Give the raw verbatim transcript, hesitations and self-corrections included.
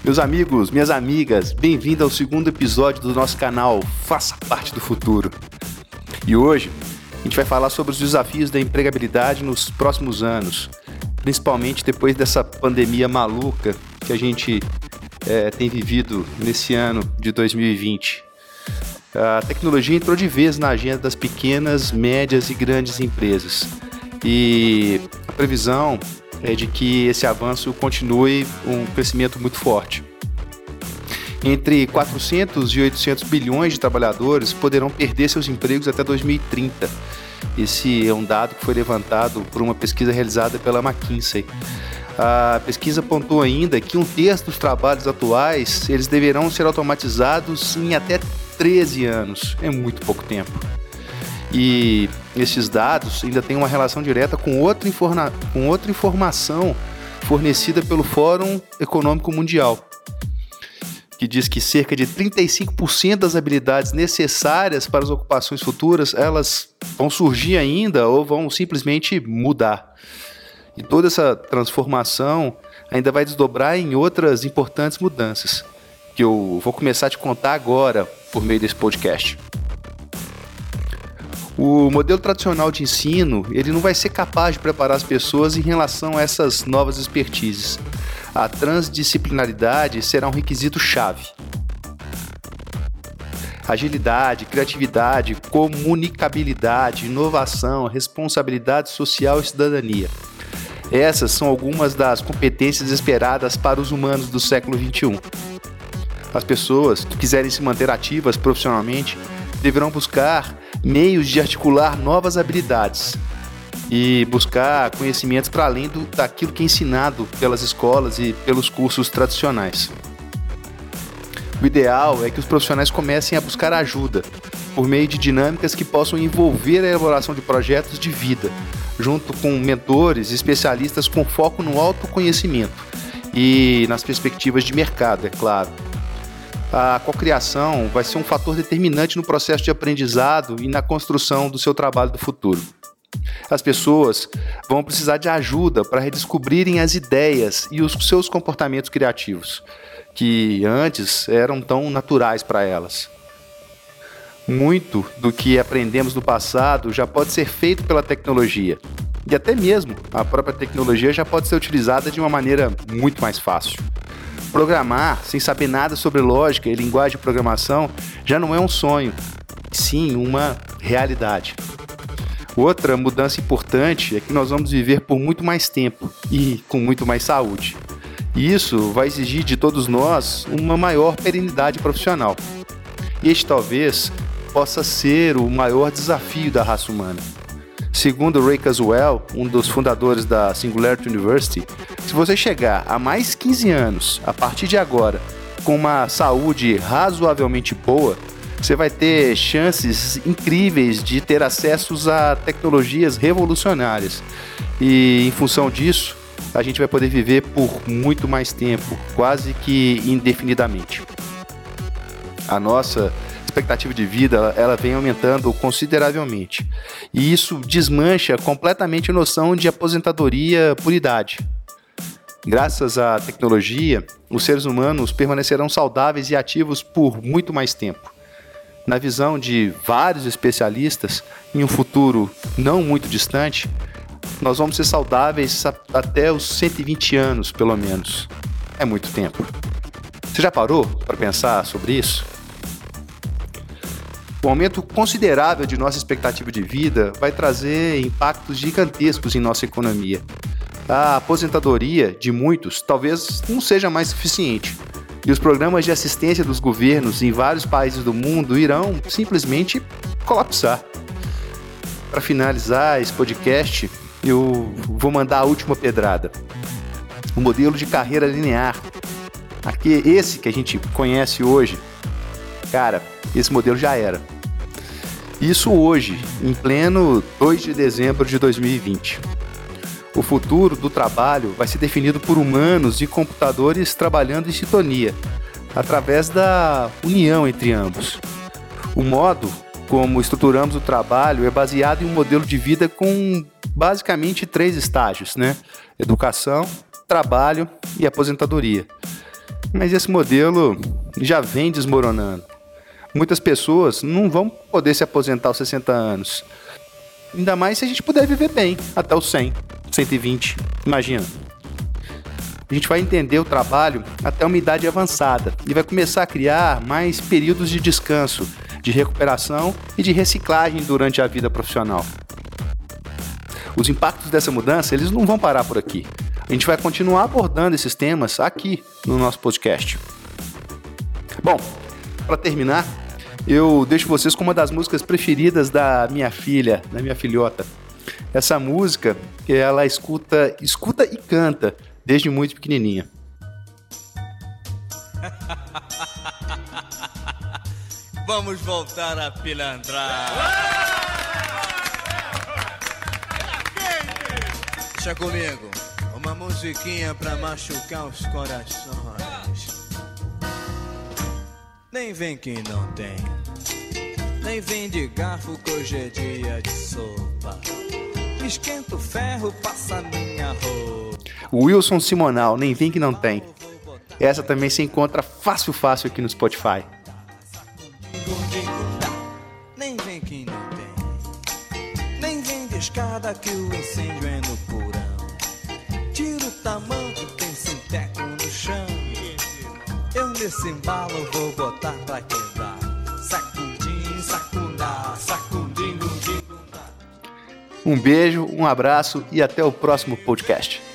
Meus amigos, minhas amigas, bem-vindo ao segundo episódio do nosso canal Faça Parte do Futuro. E hoje a gente vai falar sobre os desafios da empregabilidade nos próximos anos, principalmente depois dessa pandemia maluca que a gente é, tem vivido nesse ano de dois mil e vinte. A tecnologia entrou de vez na agenda das pequenas, médias e grandes empresas. E a previsão é de que esse avanço continue um crescimento muito forte. Entre quatrocentos e oitocentos bilhões de trabalhadores poderão perder seus empregos até dois mil e trinta. Esse é um dado que foi levantado por uma pesquisa realizada pela McKinsey. A pesquisa apontou ainda que um terço dos trabalhos atuais eles deverão ser automatizados em até treze anos. É muito pouco tempo. E esses dados ainda têm uma relação direta com outra, informa- com outra informação fornecida pelo Fórum Econômico Mundial, que diz que cerca de trinta e cinco por cento das habilidades necessárias para as ocupações futuras, elas vão surgir ainda ou vão simplesmente mudar. E toda essa transformação ainda vai desdobrar em outras importantes mudanças, que eu vou começar a te contar agora por meio desse podcast. O modelo tradicional de ensino, ele não vai ser capaz de preparar as pessoas em relação a essas novas expertises. A transdisciplinaridade será um requisito-chave. Agilidade, criatividade, comunicabilidade, inovação, responsabilidade social e cidadania. Essas são algumas das competências esperadas para os humanos do século vinte e um. As pessoas que quiserem se manter ativas profissionalmente deverão buscar meios de articular novas habilidades e buscar conhecimentos para além do, daquilo que é ensinado pelas escolas e pelos cursos tradicionais. O ideal é que os profissionais comecem a buscar ajuda por meio de dinâmicas que possam envolver a elaboração de projetos de vida, junto com mentores e especialistas com foco no autoconhecimento e nas perspectivas de mercado, é claro. A cocriação vai ser um fator determinante no processo de aprendizado e na construção do seu trabalho do futuro. As pessoas vão precisar de ajuda para redescobrirem as ideias e os seus comportamentos criativos, que antes eram tão naturais para elas. Muito do que aprendemos no passado já pode ser feito pela tecnologia, e até mesmo a própria tecnologia já pode ser utilizada de uma maneira muito mais fácil. Programar sem saber nada sobre lógica e linguagem de programação já não é um sonho, sim uma realidade. Outra mudança importante é que nós vamos viver por muito mais tempo e com muito mais saúde. E isso vai exigir de todos nós uma maior perenidade profissional. E este talvez possa ser o maior desafio da raça humana. Segundo Ray Kurzweil, um dos fundadores da Singularity University, se você chegar a mais quinze anos, a partir de agora, com uma saúde razoavelmente boa, você vai ter chances incríveis de ter acesso a tecnologias revolucionárias. E, em função disso, a gente vai poder viver por muito mais tempo, quase que indefinidamente. A nossa expectativa de vida ela vem aumentando consideravelmente. E isso desmancha completamente a noção de aposentadoria por idade. Graças à tecnologia, os seres humanos permanecerão saudáveis e ativos por muito mais tempo. Na visão de vários especialistas, em um futuro não muito distante, nós vamos ser saudáveis até os cento e vinte anos, pelo menos. É muito tempo. Você já parou para pensar sobre isso? O aumento considerável de nossa expectativa de vida vai trazer impactos gigantescos em nossa economia. A aposentadoria de muitos talvez não seja mais suficiente, e os programas de assistência dos governos em vários países do mundo irão simplesmente colapsar. Para finalizar esse podcast, eu vou mandar a última pedrada. O modelo de carreira linear, aqui, esse que a gente conhece hoje, cara, esse modelo já era. Isso hoje, em pleno dois de dezembro de dois mil e vinte. O futuro do trabalho vai ser definido por humanos e computadores trabalhando em sintonia, através da união entre ambos. O modo como estruturamos o trabalho é baseado em um modelo de vida com basicamente três estágios, né? Educação, trabalho e aposentadoria. Mas esse modelo já vem desmoronando. Muitas pessoas não vão poder se aposentar aos sessenta anos. Ainda mais se a gente puder viver bem até os cem, cento e vinte. Imagina. A gente vai entender o trabalho até uma idade avançada e vai começar a criar mais períodos de descanso, de recuperação e de reciclagem durante a vida profissional. Os impactos dessa mudança, eles não vão parar por aqui. A gente vai continuar abordando esses temas aqui no nosso podcast. Bom, para terminar, eu deixo vocês com uma das músicas preferidas da minha filha, da minha filhota. Essa música, ela escuta, escuta e canta desde muito pequenininha. Vamos voltar a pilantrar. Deixa comigo, uma musiquinha pra machucar os corações. Nem vem que não tem, nem vem de garfo que hoje é dia de sopa. Esquenta o ferro, passa minha roupa. O Wilson Simonal, Nem Vem Que Não Tem. Essa também se encontra fácil, fácil aqui no Spotify. Nem vem que não tem, nem vem de escada que o incêndio é no porão. Tira o tamanco, tem sinteco no chão. Eu nesse embalo vou botar pra quebrar. Sacudim, sacundá, sacudim, gundim, gundá. Um beijo, um abraço e até o próximo podcast.